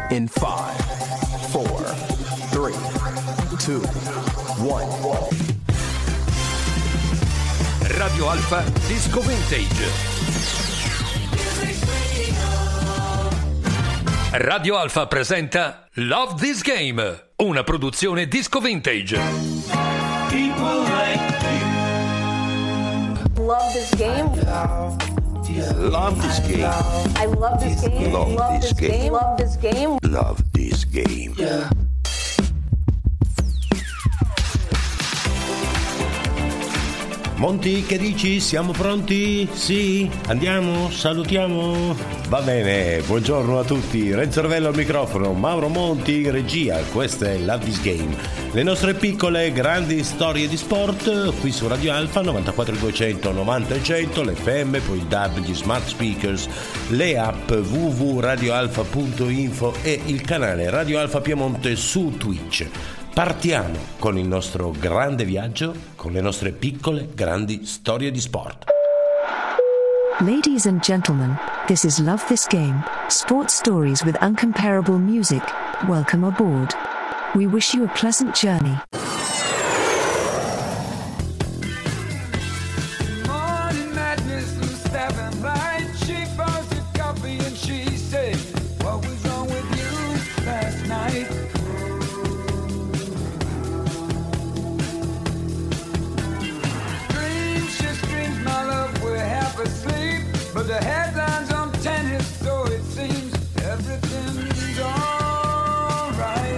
In 5, 4, 3, 2, 1. Radio Alfa Disco Vintage. Radio Alfa presenta Love This Game, una produzione Disco Vintage. People like you. Love this game. Love this game. I love this game. Love this game. Love this game. Love this game. Yeah. Monti, che dici? Siamo pronti? Sì? Andiamo? Salutiamo? Va bene, buongiorno a tutti. Renzo Ravello al microfono, Mauro Monti in regia. Questo è Love This Game. Le nostre piccole, grandi storie di sport qui su Radio Alfa 94.200, 90 e 100, l'FM, poi il DAB, gli smart speakers, le app www.radioalfa.info e il canale Radio Alfa Piemonte su Twitch. Partiamo con il nostro grande viaggio, con le nostre piccole, grandi storie di sport. Ladies and gentlemen, this is Love This Game, sports stories with uncomparable music. Welcome aboard. We wish you a pleasant journey. The headlines on tennis, so it seems everything's alright.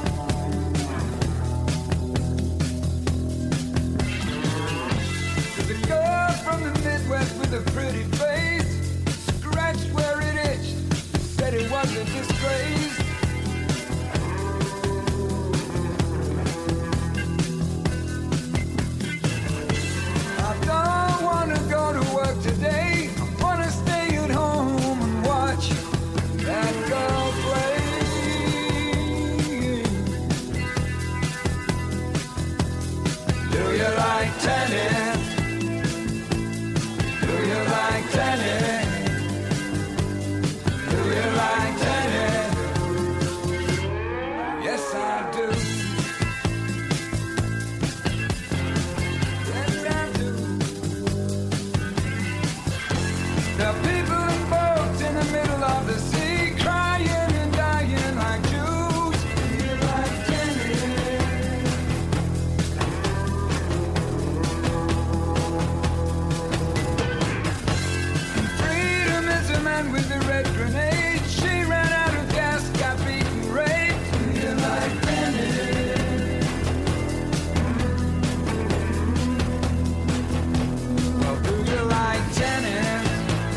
There's a girl from the Midwest with a pretty face, scratched where it itched, said it was a disgrace. I don't wanna go to work today. Tennis. Do you like tennis? Do you like tennis? Yes, I do. Yes, I do. There are people and boats in the middle of the sea, crying and dying like Jews. Do you like tennis? With the red grenade, she ran out of gas, got beaten, raped. Do you like tennis? Well, do you like tennis?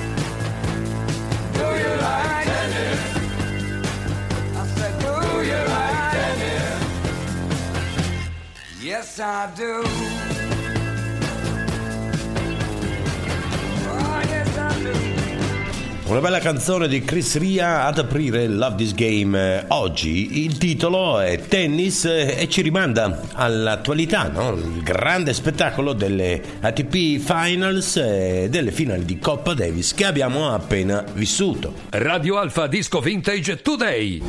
Do you like tennis? I said, do you like tennis? Yes, I do. Oh, yes, I do. Una bella canzone di Chris Ria ad aprire Love This Game. Oggi il titolo è Tennis e ci rimanda all'attualità, no? Il grande spettacolo delle ATP Finals e delle finali di Coppa Davis che abbiamo appena vissuto. Radio Alfa Disco Vintage Today.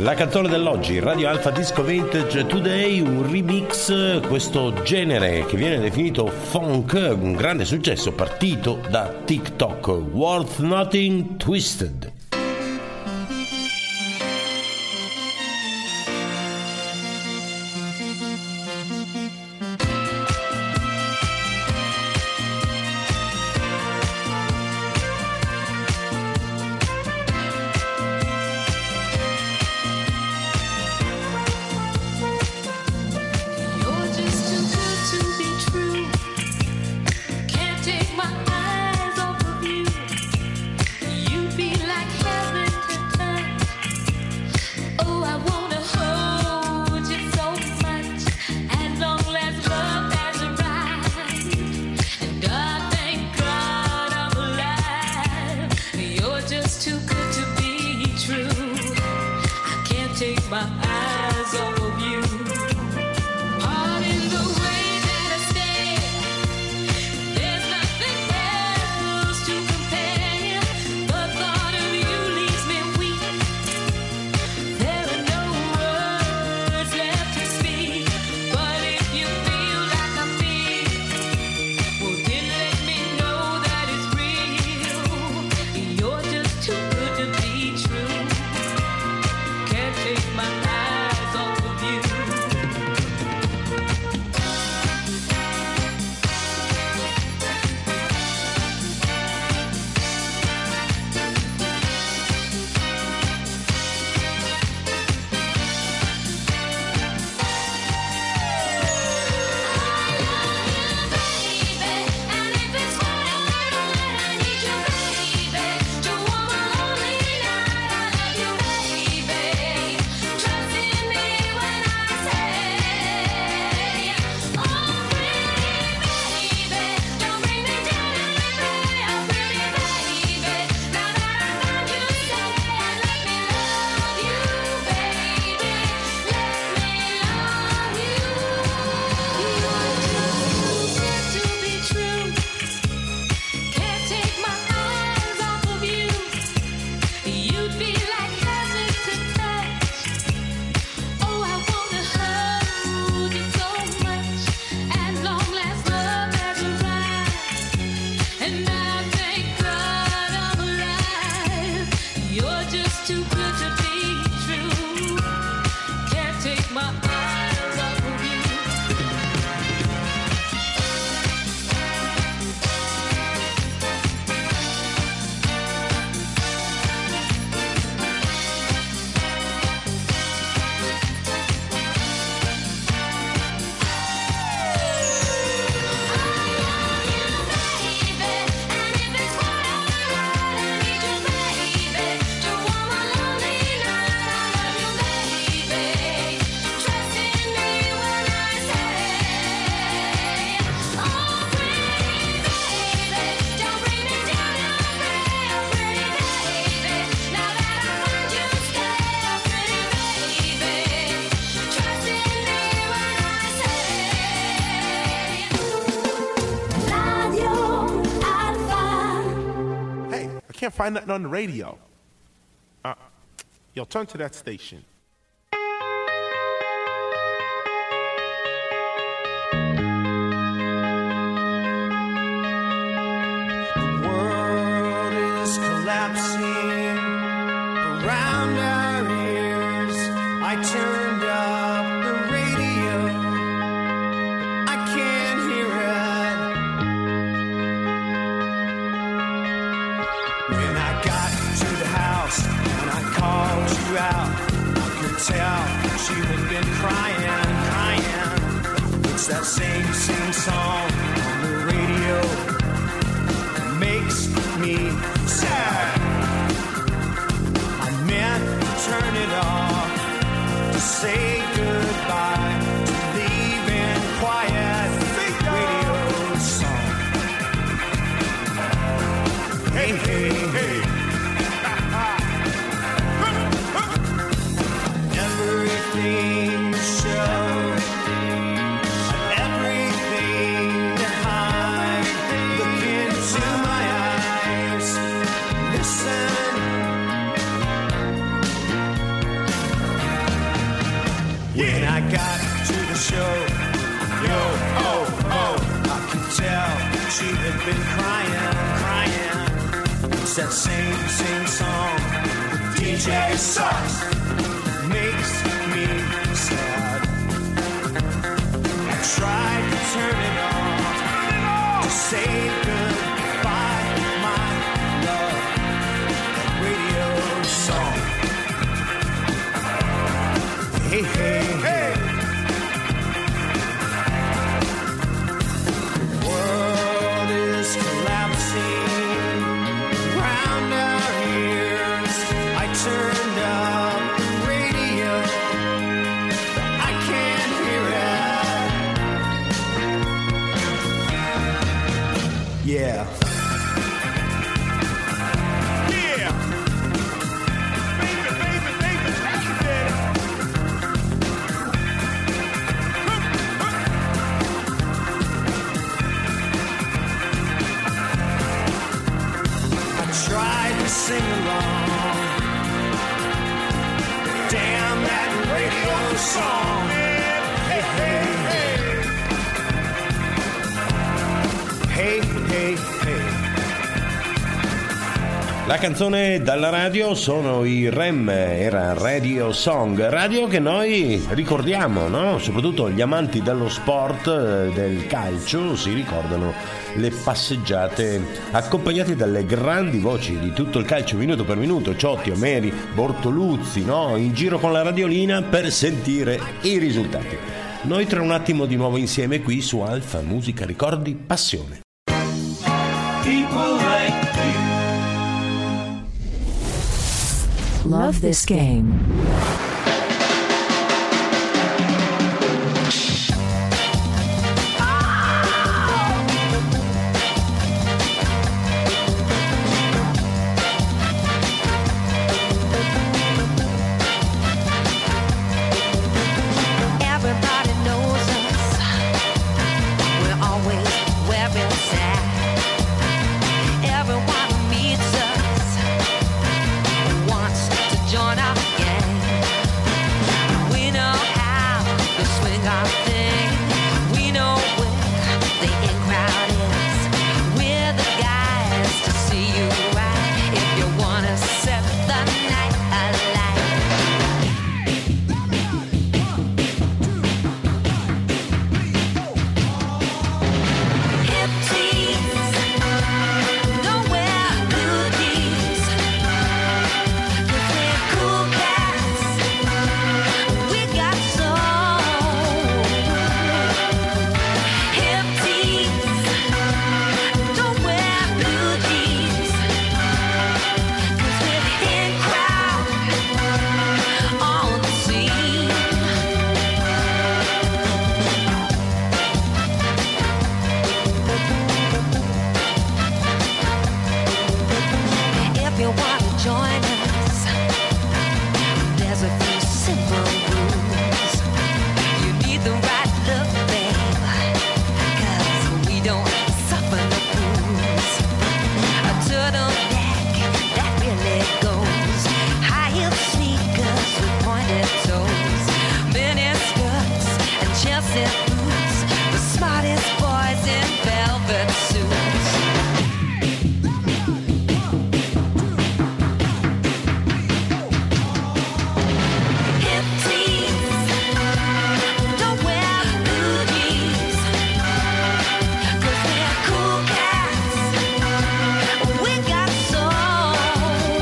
La canzone dell'oggi, Radio Alfa Disco Vintage Today, un remix, questo genere che viene definito funk, un grande successo partito da TikTok, Worth Nothing Twisted. Can't find nothing on the radio. Yo, turn to that station. The world is collapsing around our ears. I turned up the radio, I can't hear it. When I got to the house and I called you out, I could tell that you had been crying. It's that same song on the radio that makes me sad. I meant to turn it off, to say goodbye, to leave in quiet radio song. Hey, hey, hey. Everything you show, everything you hide, look into my eyes, listen. she had been crying. It's that same song. The DJ sucks, makes me sad. I tried to turn it off, to say goodbye, my love. Radio song. Hey, hey, hey. World is collapsing around our ears. I turned up the radio, I can't hear it. Yeah. Sing along. Damn that radio song. Hey, hey, hey. Hey, hey, hey. La canzone dalla radio sono i Rem, era Radio Song, radio che noi ricordiamo, no? Soprattutto gli amanti dello sport, del calcio, si ricordano le passeggiate accompagnate dalle grandi voci di tutto il calcio minuto per minuto, Ciotti, Omeri, Bortoluzzi, no? In giro con la radiolina per sentire i risultati. Noi tra un attimo di nuovo insieme qui su Alfa Musica Ricordi Passione. People like you. Love this game. Everybody knows us. We're always wearing sad. Everyone who meets us wants to join our gang. We know how to swing our thing. We know where the in crowd is. We're the guys to see you right. If you wanna set the night alight. Hip teens, don't wear blue jeans. 'Cause we're cool cats, we got soul. Hip teens, don't wear blue jeans. 'Cause we're in crowd on the scene. If you want to join us, there's a few simple rules. You need the right look, babe, 'cause we don't suffer no fools. A turtleneck, that really goes. High heel sneakers with pointed toes. Mini skirts and Chelsea boots. The smartest boys in velvet suits. Hip teens, don't wear blue jeans. 'Cause we're cool cats, we got soul.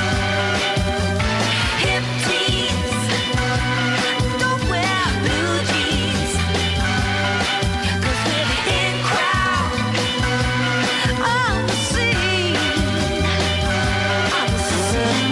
Hip teens, don't wear blue jeans. 'Cause we're in crowd on the scene. On the scene.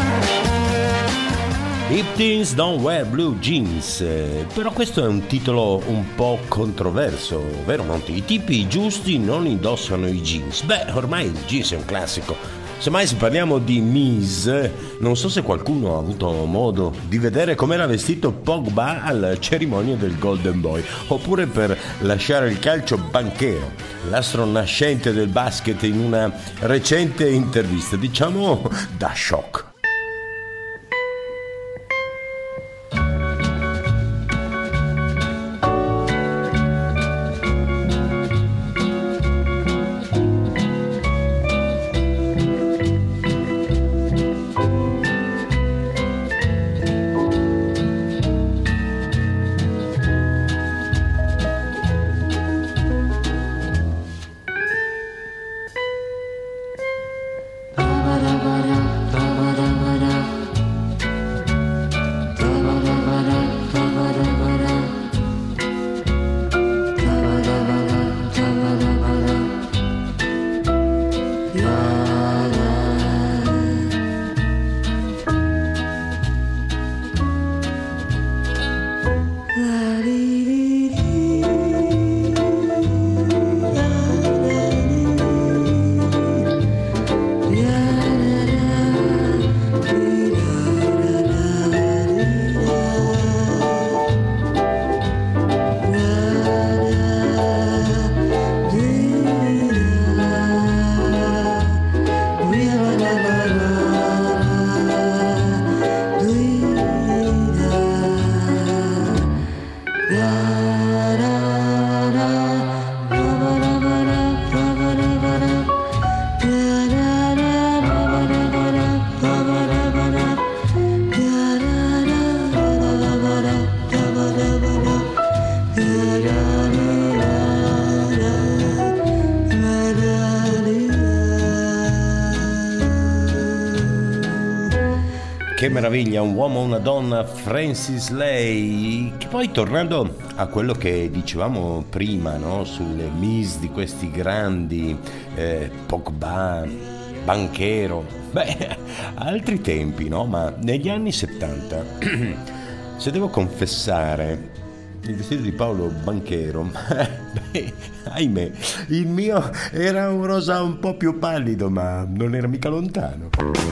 Hip Teens Don't Wear Blue Jeans, però questo è un titolo un po' controverso, vero Monti? I tipi giusti non indossano i jeans. Beh, ormai il jeans è un classico. Semmai se parliamo di Mise, non so se qualcuno ha avuto modo di vedere com'era vestito Pogba alla cerimonia del Golden Boy, oppure per lasciare il calcio banchero, l'astro nascente del basket, in una recente intervista, diciamo da shock. che meraviglia, un uomo, una donna, Francis Lai. Che poi, tornando a quello che dicevamo prima, no? Sulle miss di questi grandi, Pogba, Banchero, altri tempi, no? Ma negli anni 70, se devo confessare, il vestito di Paolo Banchero, ahimè, il mio era un rosa un po' più pallido, ma non era mica lontano.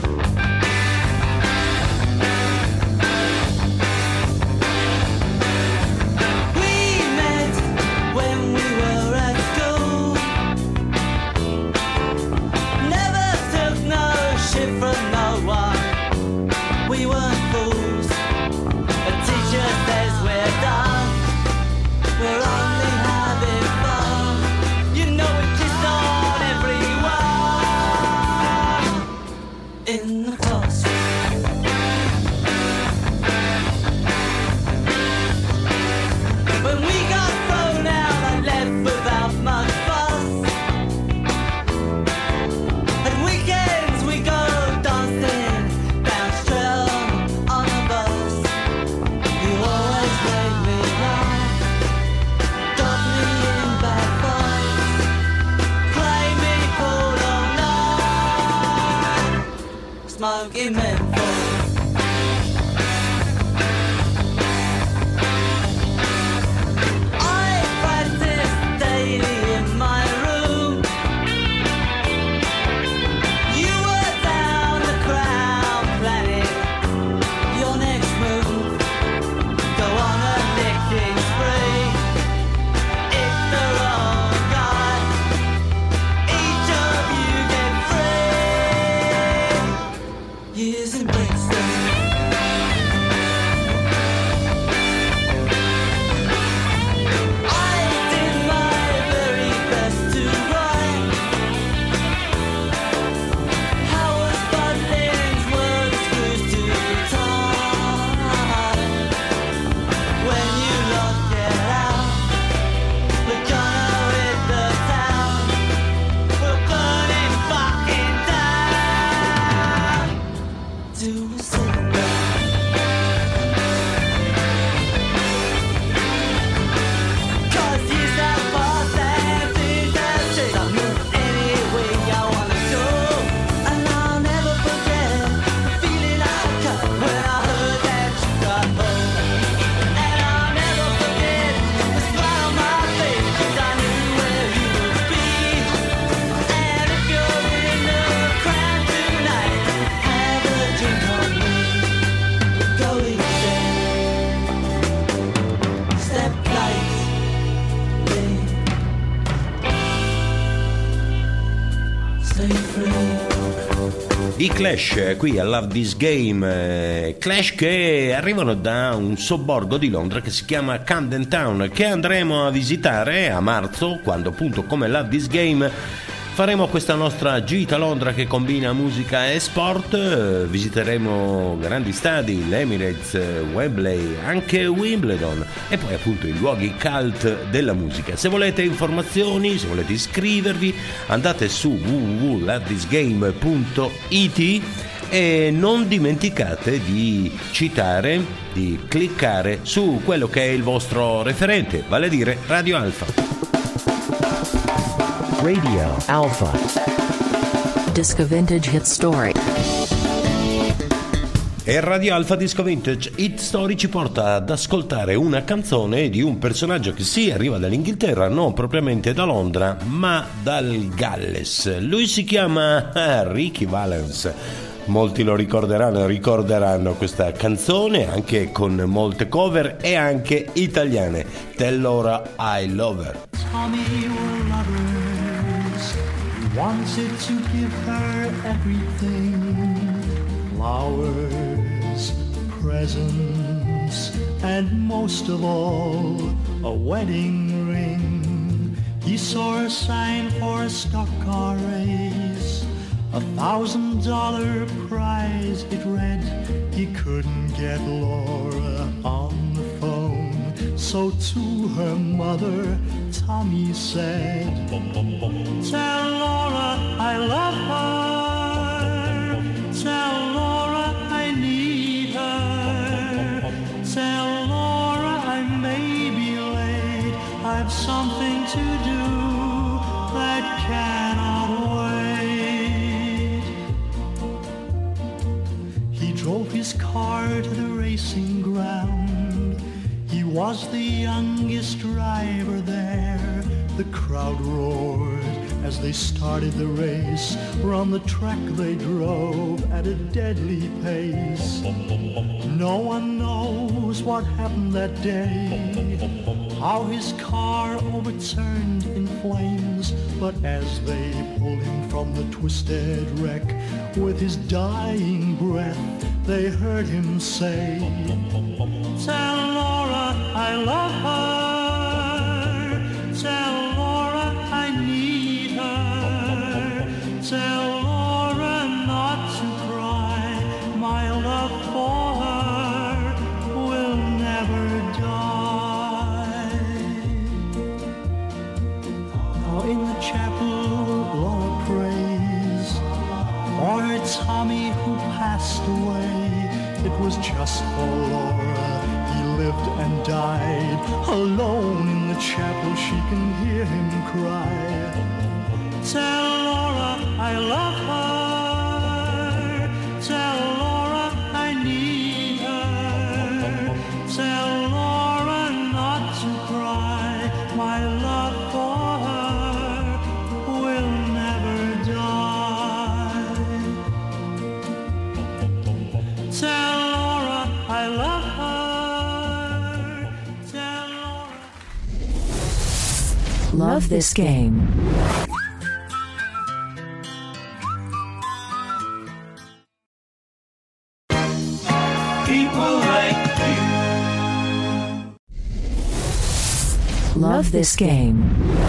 I Clash qui a Love This Game, Clash che arrivano da un sobborgo di Londra che si chiama Camden Town, che andremo a visitare a marzo, quando appunto come Love This Game faremo questa nostra gita a Londra che combina musica e sport. Visiteremo grandi stadi, l'Emirates, Wembley, anche Wimbledon e poi appunto i luoghi cult della musica. Se volete informazioni, se volete iscrivervi, andate su www.lovethisgame.it e non dimenticate di citare, di cliccare su quello che è il vostro referente, vale a dire Radio Alfa. Radio Alpha. Disco Vintage Hit Story. E Radio Alpha Disco Vintage Hit Story ci porta ad ascoltare una canzone di un personaggio che sì, arriva dall'Inghilterra, non propriamente da Londra, ma dal Galles. Lui si chiama Ricky Valens. Molti lo ricorderanno questa canzone anche con molte cover e anche italiane. Tell Laura I Love Her. Tommy were lovers, wanted to give her everything, flowers, presents, and most of all, a wedding ring. He saw a sign for a stock car race, $1,000 prize it read. He couldn't get Laura on the phone, so to her mother Tommy said, tell Laura I love her, tell Laura I need The crowd roared as they started the race. Round the track they drove at a deadly pace. No one knows what happened that day, how his car overturned in flames. But as they pulled him from the twisted wreck, with his dying breath, they heard him say, "Tell Laura I love her. Tell Laura I need her. Tell Laura not to cry. My love for her will never die." Now in the chapel Laura prays for her Tommy who passed away. It was just for Laura he lived and died. Alone in the chapel she can hear him cry, "Tell Laura I love her. Tell Laura I need her. Tell Laura not to cry. My love for her will never die. Tell Laura I love her. Tell Laura." Love this game. People like you. Love this game.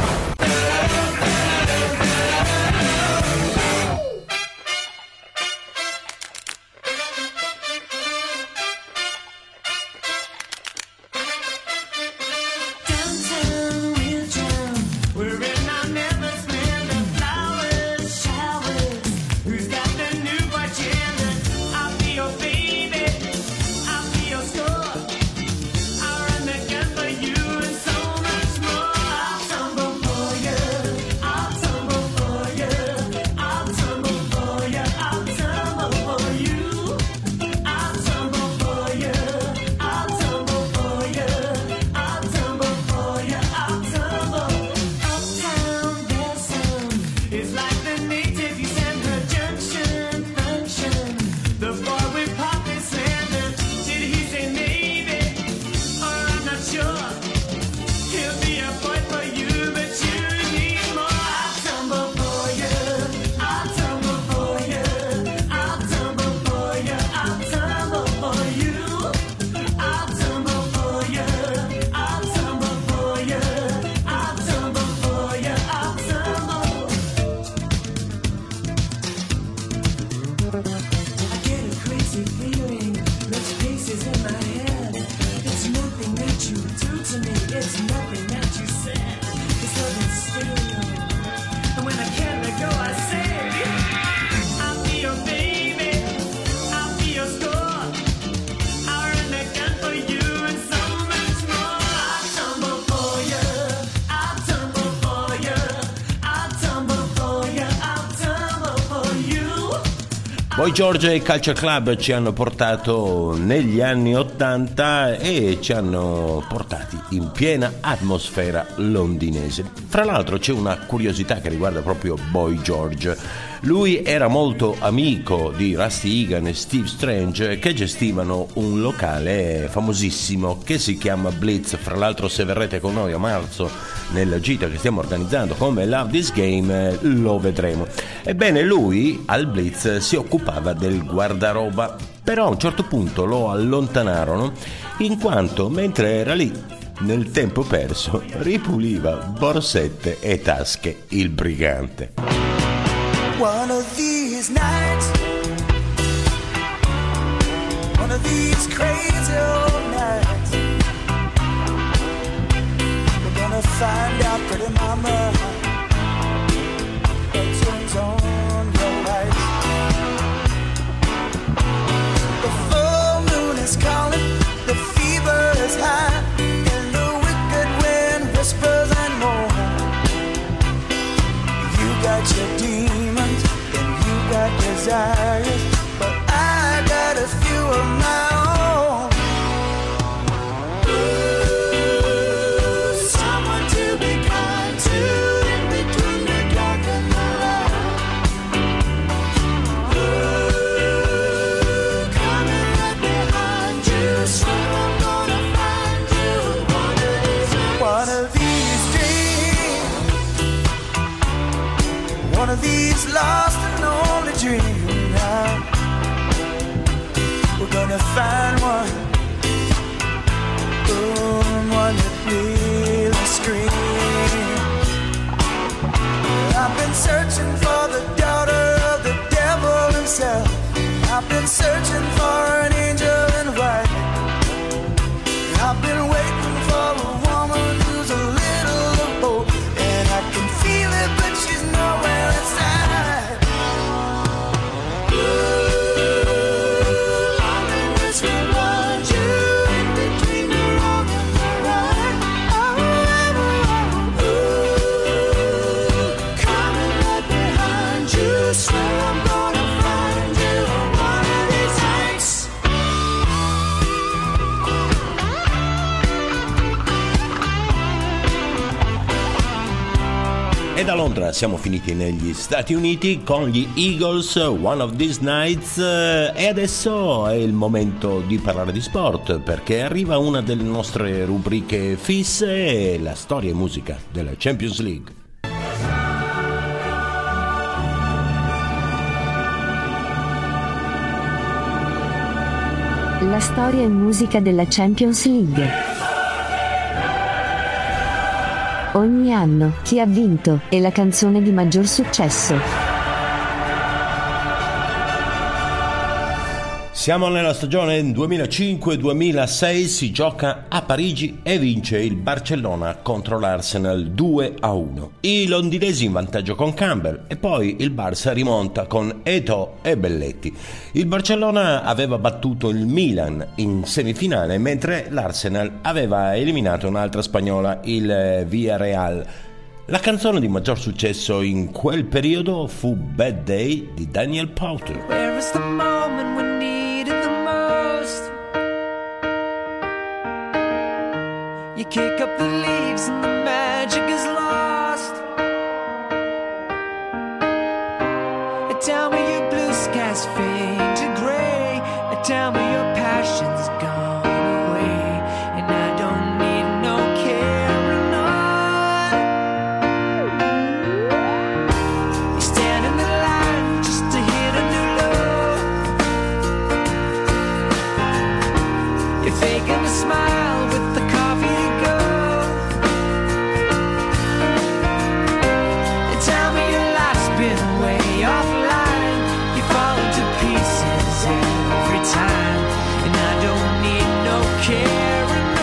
Downtown, real town, wherein I never smell the flowers, showers. Who's got the new agenda? I'll be your baby, I'll be your store. I'll run the gun for you and so much more. I'll tumble for you, I'll tumble for you, I'll tumble for you, I'll tumble for you. I'll tumble for you, I'll tumble for you, I'll tumble for you, I'll tumble. Uptown, there's some. It's like the native you send her junction function. The boy with poppy slander. Did he say maybe? Or I'm not sure. He'll be a boy for you, but you need more. I'll tumble for you, I'll tumble for you, I'll tumble for you, I'll tumble for you. I'll tumble for you, I'll tumble for you, I'll tumble for you, I'll tumble. I get a crazy feeling, there's pieces in my head. It's nothing that you do to me, it's nothing that you said. It's love in stereo, and when I can't let go, I say, I'll be your baby, I'll be your score. I'll run the gun for you and so much more. I'll tumble for you, I'll tumble for you, I'll tumble for you, I'll tumble for you. Boy George e Culture Club ci hanno portato negli anni '80 e ci hanno portati in piena atmosfera londinese. Fra l'altro c'è una curiosità che riguarda proprio Boy George. Lui era molto amico di Rusty Egan e Steve Strange, che gestivano un locale famosissimo che si chiama Blitz. Fra l'altro, se verrete con noi a marzo nella gita che stiamo organizzando come Love This Game, lo vedremo. Ebbene, lui al Blitz si occupava del guardaroba, però a un certo punto lo allontanarono in quanto mentre era lì nel tempo perso ripuliva borsette e tasche il brigante. One of these nights, one of these crazy old nights, we're gonna find out pretty mama that turns on your lights. The full moon is calling, the fever is high, and the wicked wind whispers and moans. You got your demons and you got desires, but I got a few of my own. Ooh, someone to be kind to, one of these lost and only dreams now. We're gonna find one, one that really screams. I've been searching for the daughter of the devil himself. I've been searching for an angel in white. I've been waiting for a woman who's a little of hope, and I can feel it, but she's nowhere inside. Ooh, I'm in this want you in between the wrong and the right. Ooh, coming right behind you, swear I'm gonna find you one of these nights. E da Londra siamo finiti negli Stati Uniti con gli Eagles, One of These Nights, e adesso è il momento di parlare di sport, perché arriva una delle nostre rubriche fisse, la storia e musica della Champions League. La storia e musica della Champions League. Ogni anno, chi ha vinto, e la canzone di maggior successo. Siamo nella stagione 2005-2006, si gioca a Parigi e vince il Barcellona contro l'Arsenal 2-1. I londinesi in vantaggio con Campbell e poi il Barça rimonta con Eto'o e Belletti. Il Barcellona aveva battuto il Milan in semifinale, mentre l'Arsenal aveva eliminato un'altra spagnola, il Villarreal. La canzone di maggior successo in quel periodo fu Bad Day di Daniel Powter. Where is the moment we needed the most? You kick up the leaves and the magic is lost. Tell me your blue skies fade to gray. Tell me your passion's gone away. And I don't need no carrying on. You stand in the line just to hit a new low. You're faking a smile with the coffee to go. And tell me your life's been way offline. You fall into pieces every time. And I don't need no carrying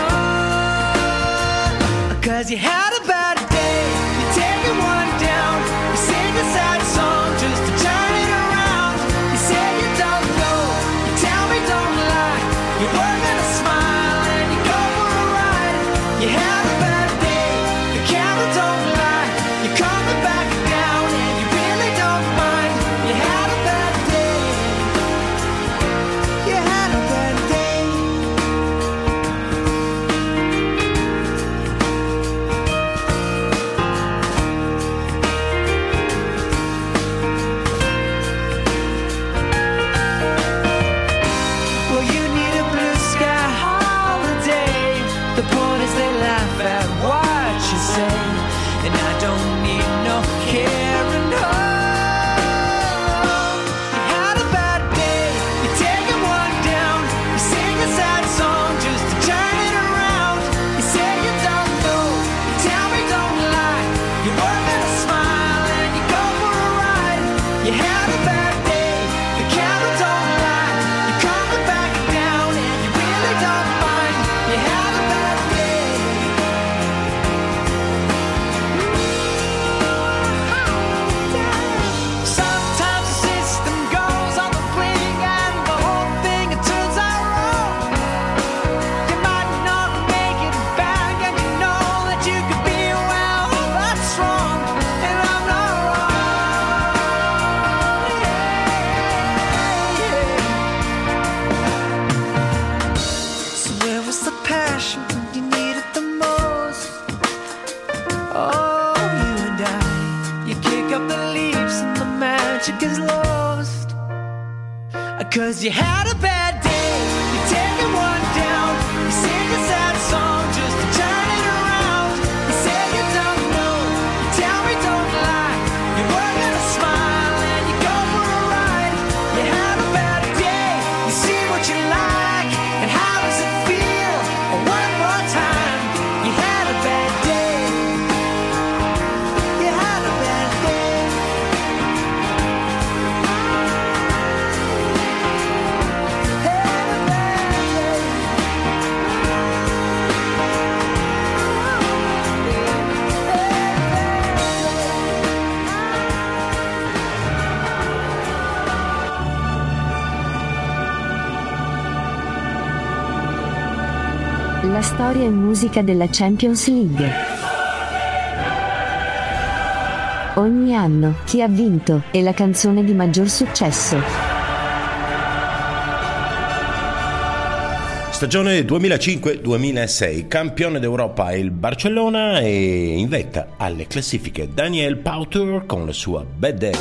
on. Cause you had a bad day, you're taking one down. You sing a sad song just to turn it around. You say you don't know, you tell me don't lie. You're working a smile and you go for a ride. You had a bad day, the camera don't lie. You're coming back down and you really don't mind. You had a bad day, you had a bad day. Well, you need a blue sky holiday. The point is they laugh at what you say. And I don't need no carrying on. You had a bad day, you're taking one down. You sing a sad song just to turn it around. You say you don't know, you tell me don't lie. You're working a smile and you go for a ride. You had a bad day, the camera don't lie. You're coming back down and you really don't mind. You had a bad day. Sometimes the system goes on the blink and the whole thing it turns out wrong. You might not make it back and you know that you could be well, that's wrong, and I'm not wrong. So where was the passion when you needed the most? Oh, you and I, you kick up the leaves and the magic is lost. Cause you had a bad day, you're taking one down. You sing a sad song just to turn it around. You say you don't know, you tell me don't lie. You're working a la storia e musica della Champions League. Ogni anno, chi ha vinto, e la canzone di maggior successo. Stagione 2005-2006, campione d'Europa il Barcellona e in vetta alle classifiche Daniel Pauter con la sua Bad Day.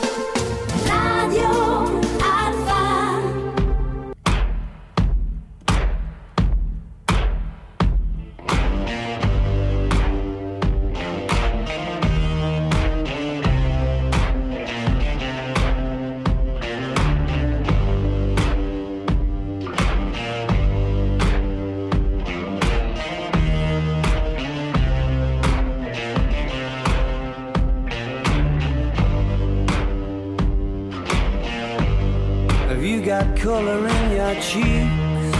Color in your cheeks.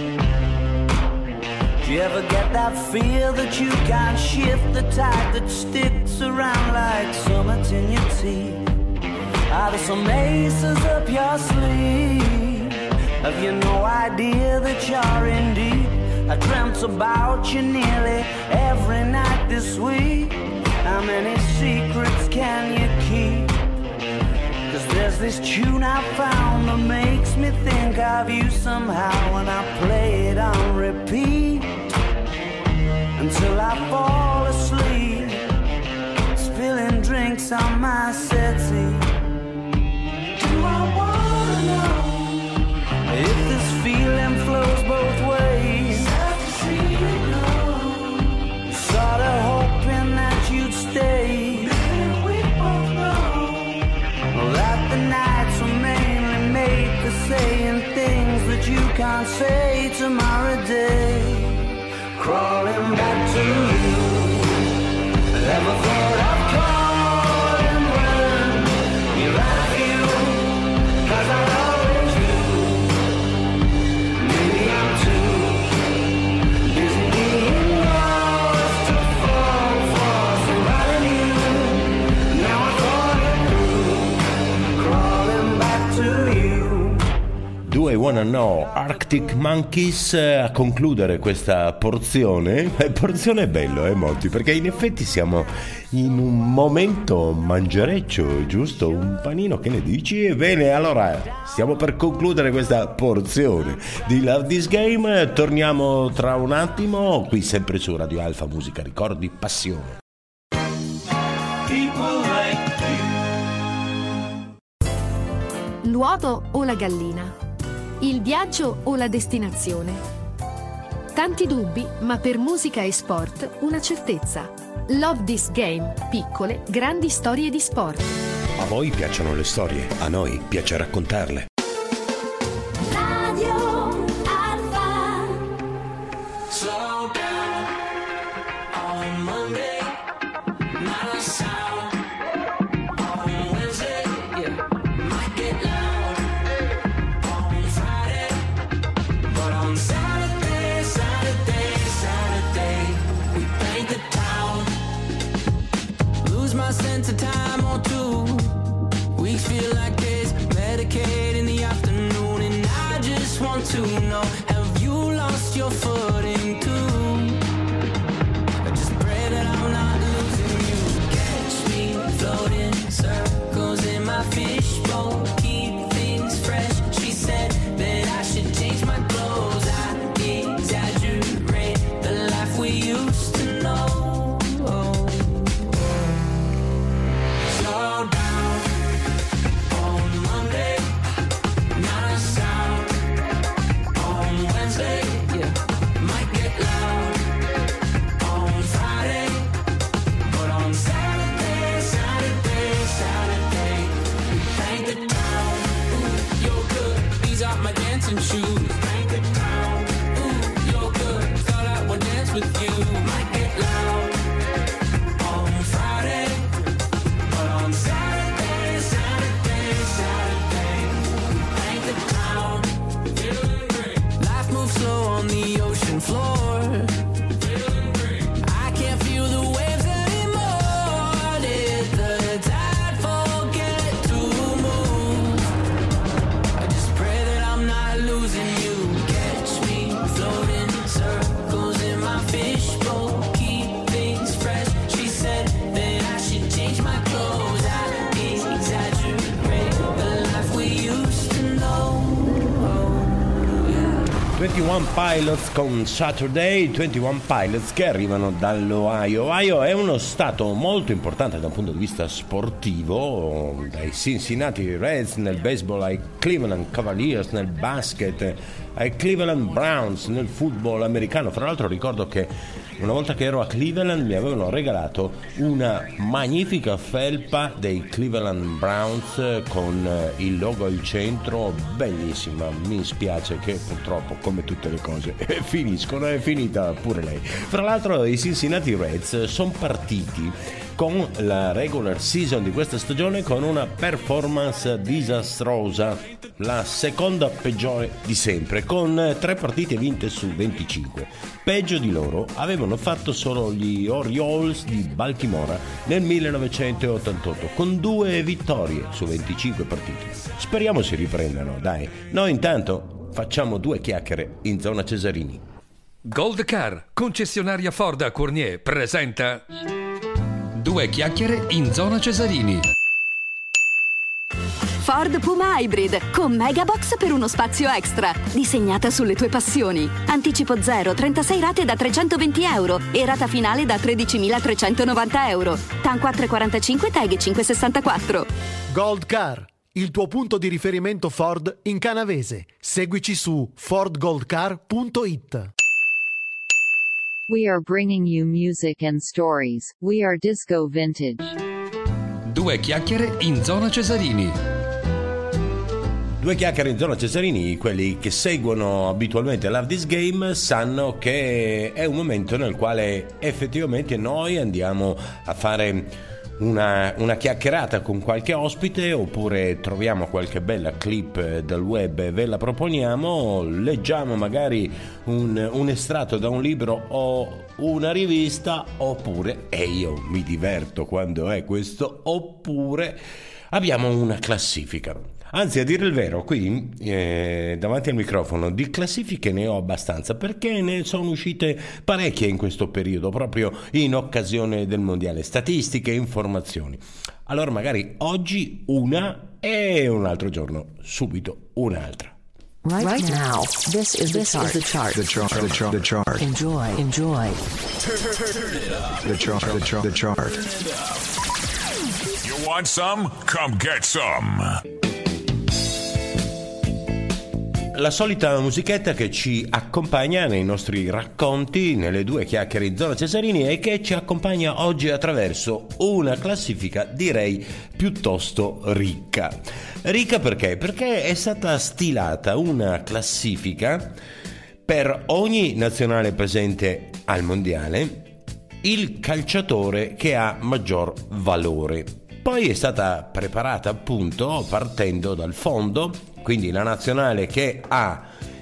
Do you ever get that feel that you can't shift, the type that sticks around like summits in your teeth? Are there some aces up your sleeve? Have you no idea that you're in deep? I dreamt about you nearly every night this week. How many secrets can you keep? 'Cause there's this tune I found that makes me think of you somehow, and I play it on repeat until I fall asleep, spilling drinks on my settee. Do I wanna know if this feeling flows both ways? Sad to see you go. Sorta hoping that you'd stay. That the nights were mainly made for saying things that you can't say tomorrow day. Crawling back to you. Never thought I'd calling when you're out of you, 'cause I always do. Maybe I'm too busy being lost to fall for somebody new. Now I thought it through. Crawling back to you. Do I Wanna Know, Arctic Monkeys, a concludere questa porzione. Porzione è bello, Monti, perché in effetti siamo in un momento mangereccio, giusto? Un panino, che ne dici? Ebbene, allora, stiamo per concludere questa porzione di Love This Game. Torniamo tra un attimo, qui sempre su Radio Alfa Musica, ricordi, passione. L'uovo o la gallina? Il viaggio o la destinazione? Tanti dubbi, ma per musica e sport una certezza. Love This Game, piccole, grandi storie di sport. A voi piacciono le storie, a noi piace raccontarle. Sense of time or 2 weeks feel like days, Medicaid in the afternoon, and I just want to know, have you lost your footing too? I just pray that I'm not losing you. Catch me floating circles in my fishbowl, keep things fresh. She said that I should change my clothes, I exaggerate the life we used to know. On Monday, not a sound. On 21 Pilots con Saturday. 21 Pilots che arrivano dall'Ohio. Ohio è uno stato molto importante da un punto di vista sportivo, dai Cincinnati Reds nel baseball ai Cleveland Cavaliers nel basket, ai Cleveland Browns nel football americano. Fra l'altro ricordo che una volta che ero a Cleveland mi avevano regalato una magnifica felpa dei Cleveland Browns con il logo al centro, bellissima. Mi spiace che purtroppo, come tutte le cose, finiscono, è finita pure lei. Fra l'altro i Cincinnati Reds sono partiti con la regular season di questa stagione con una performance disastrosa, la seconda peggiore di sempre, con 3 partite vinte su 25. Peggio di loro avevano fatto solo gli Orioles di Baltimora nel 1988, con 2 vittorie su 25 partite. Speriamo si riprendano, dai. Noi intanto facciamo 2 chiacchiere in zona Cesarini. Gold Car, concessionaria Ford a Cournier, presenta 2 chiacchiere in zona Cesarini. Ford Puma Hybrid con Megabox per uno spazio extra, disegnata sulle tue passioni. Anticipo 0, 36 rate da €320 e rata finale da €13.390. TAN 445, TAG 564. Gold Car, il tuo punto di riferimento Ford in Canavese. Seguici su fordgoldcar.it. We are bringing you music and stories. We are Disco Vintage. 2 chiacchiere in zona Cesarini. 2 chiacchiere in zona Cesarini. Quelli che seguono abitualmente Love This Game sanno che è un momento nel quale effettivamente noi andiamo a fare una chiacchierata con qualche ospite, oppure troviamo qualche bella clip del web e ve la proponiamo, leggiamo magari un estratto da un libro o una rivista, oppure, e io mi diverto quando è questo, oppure abbiamo una classifica. Anzi, a dire il vero, qui davanti al microfono di classifiche ne ho abbastanza, perché ne sono uscite parecchie in questo periodo, proprio in occasione del mondiale. Statistiche, informazioni. Allora magari oggi una e un altro giorno subito un'altra. Right now, this is the chart. The chart. Enjoy. The chart. You want some? Come get some. La solita musichetta che ci accompagna nei nostri racconti, nelle 2 chiacchiere in zona Cesarini, e che ci accompagna oggi attraverso una classifica, direi, piuttosto ricca. Ricca perché? Perché è stata stilata una classifica per ogni nazionale presente al mondiale, il calciatore che ha maggior valore. Poi è stata preparata appunto partendo dal fondo, quindi la nazionale che ha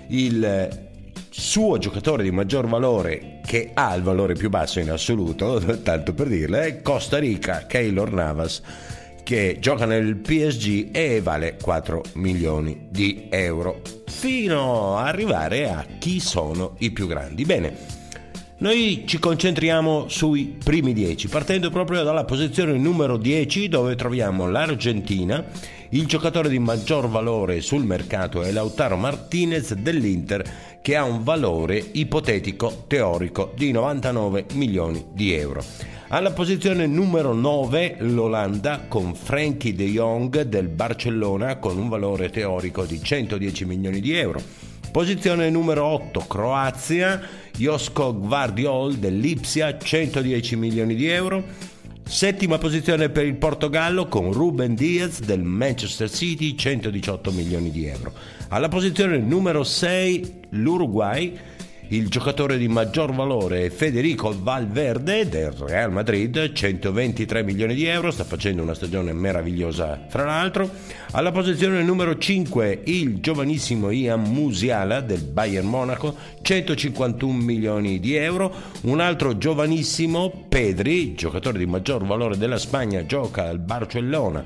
il suo giocatore di maggior valore, che ha il valore più basso in assoluto, tanto per dirle, è Costa Rica, Keylor Navas, che gioca nel PSG e vale 4 milioni di euro, fino ad arrivare a chi sono i più grandi. Bene, noi ci concentriamo sui primi 10, partendo proprio dalla posizione numero 10, dove troviamo l'Argentina. Il giocatore di maggior valore sul mercato è Lautaro Martinez dell'Inter, che ha un valore ipotetico teorico di 99 milioni di euro. Alla posizione numero 9 l'Olanda, con Frenkie de Jong del Barcellona, con un valore teorico di 110 milioni di euro. Posizione numero 8 Croazia, Josko Gvardiol dell'Ipsia, 110 milioni di euro. Settima posizione per il Portogallo, con Ruben Diaz del Manchester City, 118 milioni di euro. Alla posizione numero 6 l'Uruguay, il giocatore di maggior valore è Federico Valverde del Real Madrid, 123 milioni di euro, sta facendo una stagione meravigliosa fra l'altro. Alla posizione numero 5 il giovanissimo Ian Musiala del Bayern Monaco, 151 milioni di euro. Un altro giovanissimo, Pedri, giocatore di maggior valore della Spagna, gioca al Barcellona,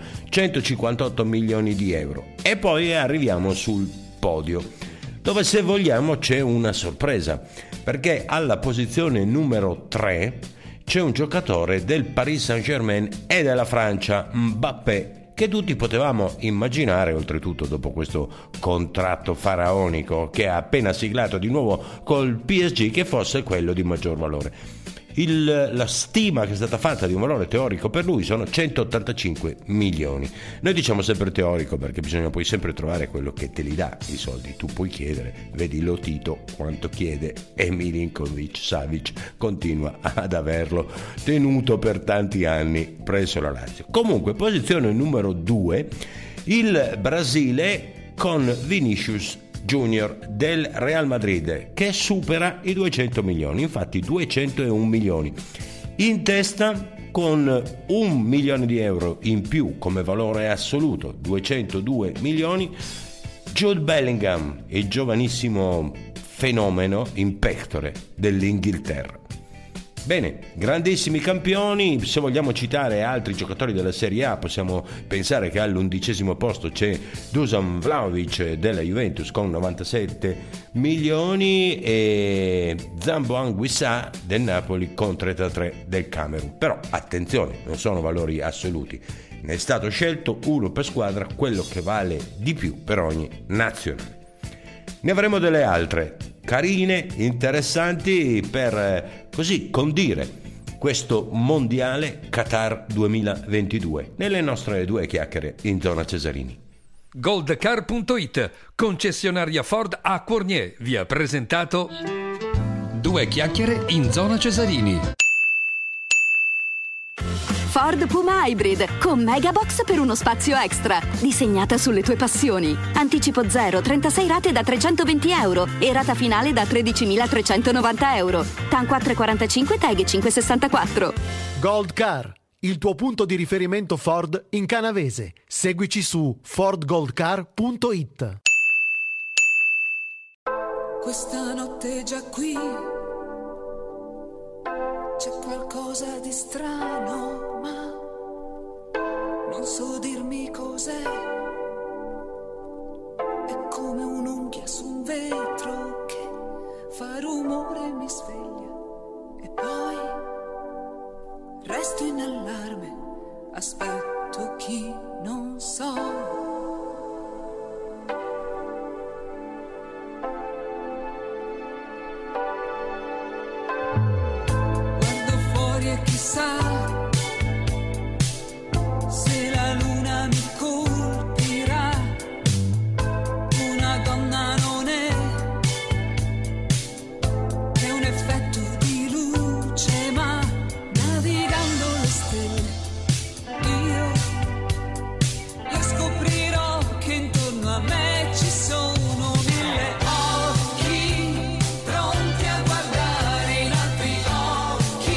158 milioni di euro. E poi arriviamo sul podio, dove se vogliamo c'è una sorpresa, perché alla posizione numero 3 c'è un giocatore del Paris Saint-Germain e della Francia, Mbappé, che tutti potevamo immaginare, oltretutto dopo questo contratto faraonico che ha appena siglato di nuovo col PSG, che fosse quello di maggior valore. La stima che è stata fatta di un valore teorico per lui sono 185 milioni. Noi diciamo sempre teorico perché bisogna poi sempre trovare quello che te li dà i soldi. Tu puoi chiedere, vedi Lotito quanto chiede e Milinkovic-Savic continua ad averlo tenuto per tanti anni presso la Lazio. Comunque, posizione numero 2, il Brasile con Vinicius Junior del Real Madrid, che supera i 200 milioni, infatti 201 milioni. In testa, con 1 milione di euro in più come valore assoluto, 202 milioni, Jude Bellingham, il giovanissimo fenomeno in pectore dell'Inghilterra. Bene, grandissimi campioni. Se vogliamo citare altri giocatori della Serie A, possiamo pensare che all'11° posto c'è Dusan Vlahovic della Juventus con 97 milioni e Zambo Anguissa del Napoli con 33 del Camerun. Però attenzione, non sono valori assoluti, ne è stato scelto uno per squadra, quello che vale di più per ogni nazionale. Ne avremo delle altre carine, interessanti, per così condire questo mondiale Qatar 2022 nelle nostre due chiacchiere in zona Cesarini. Goldcar.it, concessionaria Ford a Cournier, vi ha presentato Due chiacchiere in zona Cesarini. Ford Puma Hybrid con Megabox per uno spazio extra. Disegnata sulle tue passioni. Anticipo 0, 36 rate da 320 euro e rata finale da 13.390 euro. TAN 445, TAG 564. Gold Car, il tuo punto di riferimento Ford in Canavese. Seguici su fordgoldcar.it. Questa notte è già qui, c'è qualcosa di strano, ma non so dirmi cos'è. È come un'unghia su un vetro che fa rumore e mi sveglia. E poi resto in allarme, aspetto chi non so. Chissà se la luna mi colpirà, una donna non è un effetto di luce, ma navigando le stelle io scoprirò che intorno a me ci sono 1000 occhi pronti a guardare in altri occhi.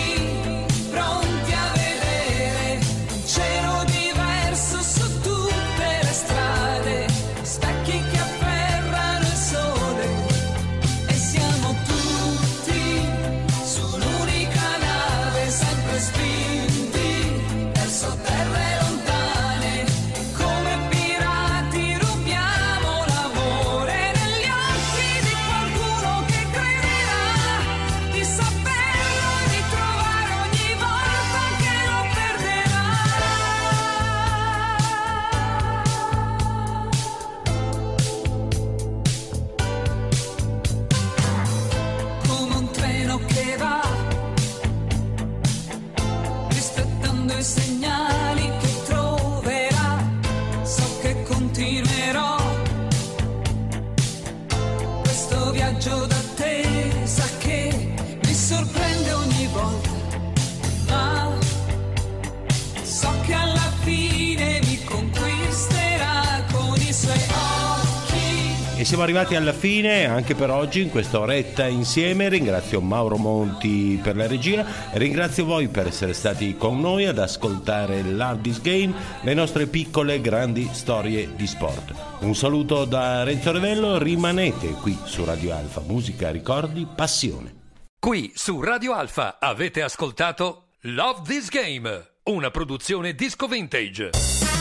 E siamo arrivati alla fine anche per oggi in questa oretta insieme. Ringrazio Mauro Monti per la regia, ringrazio voi per essere stati con noi ad ascoltare Love This Game, le nostre piccole grandi storie di sport. Un saluto da Renzo Revello, rimanete qui su Radio Alfa, musica, ricordi, passione. Qui su Radio Alfa avete ascoltato Love This Game, una produzione Disco Vintage.